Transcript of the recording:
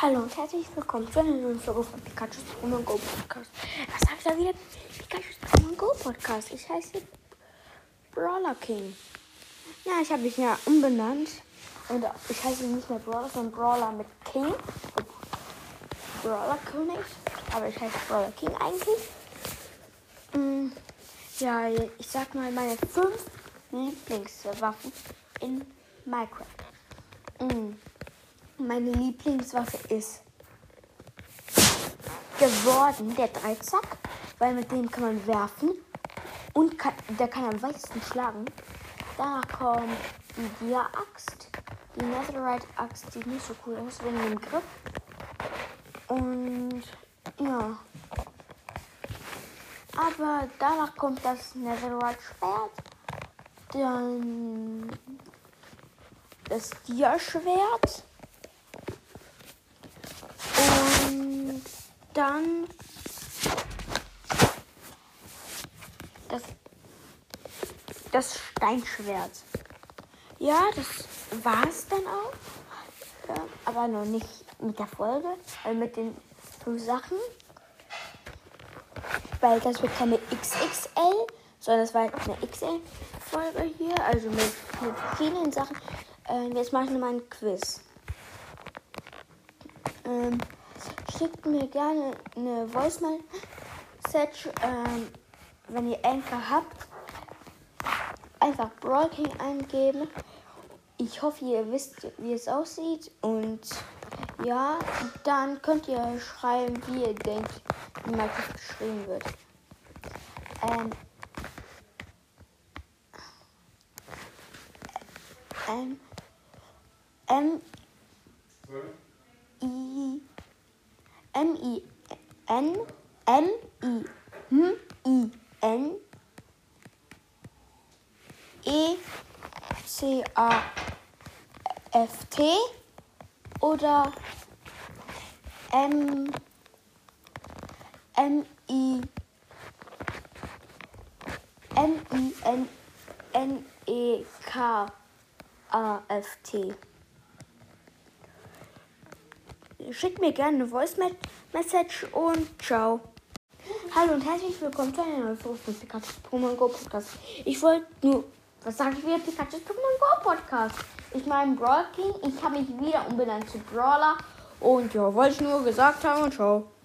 Hallo und herzlich willkommen zu einer neuen Folge von Pikachu's Pokémon Go Podcast. Was sag ich da wieder? Pikachu's Pokémon Go Podcast. Ich heiße Brawler King. Ja, ich habe mich ja umbenannt. Und ich heiße nicht mehr Brawler, sondern Brawler mit King. Brawler König. Aber ich heiße Brawler King eigentlich. Ja, ich sag mal meine 5 Lieblingswaffen in Minecraft. Meine Lieblingswaffe ist geworden der Dreizack, weil mit dem kann man werfen und der kann am weitesten schlagen. Danach kommt die Dia-Axt, die Netherite-Axt, die nicht so cool ist wegen dem Griff. Und ja, aber danach kommt das Netherite-Schwert, dann das Dia-Schwert. Und dann das Steinschwert. Ja, das war's dann auch. Ja, aber noch nicht mit der Folge, mit den 5 Sachen. Weil das wird keine XXL, sondern das war eine XL-Folge hier. Also mit vielen Sachen. Jetzt mache ich nochmal ein Quiz. Schickt mir gerne eine Voice-Message, wenn ihr Anchor habt. Einfach Brawl King eingeben. Ich hoffe, ihr wisst, wie es aussieht. Und ja, dann könnt ihr schreiben, wie ihr denkt, wie Minecraft geschrieben wird. M-I-N-E-C-A-F-T oder M-I-N-N-E-K-A-F-T. Schickt mir gerne eine Voice-Message und ciao. Hallo und herzlich willkommen zu einer neuen Folge von Pikachu's Pokémon Go Podcast. Ich wollte nur, was sage ich wieder, Pikachu's Pokémon Go Podcast. Ich meine Brawl King, ich habe mich wieder umbenannt zu Brawler und ja, wollte ich nur gesagt haben und ciao.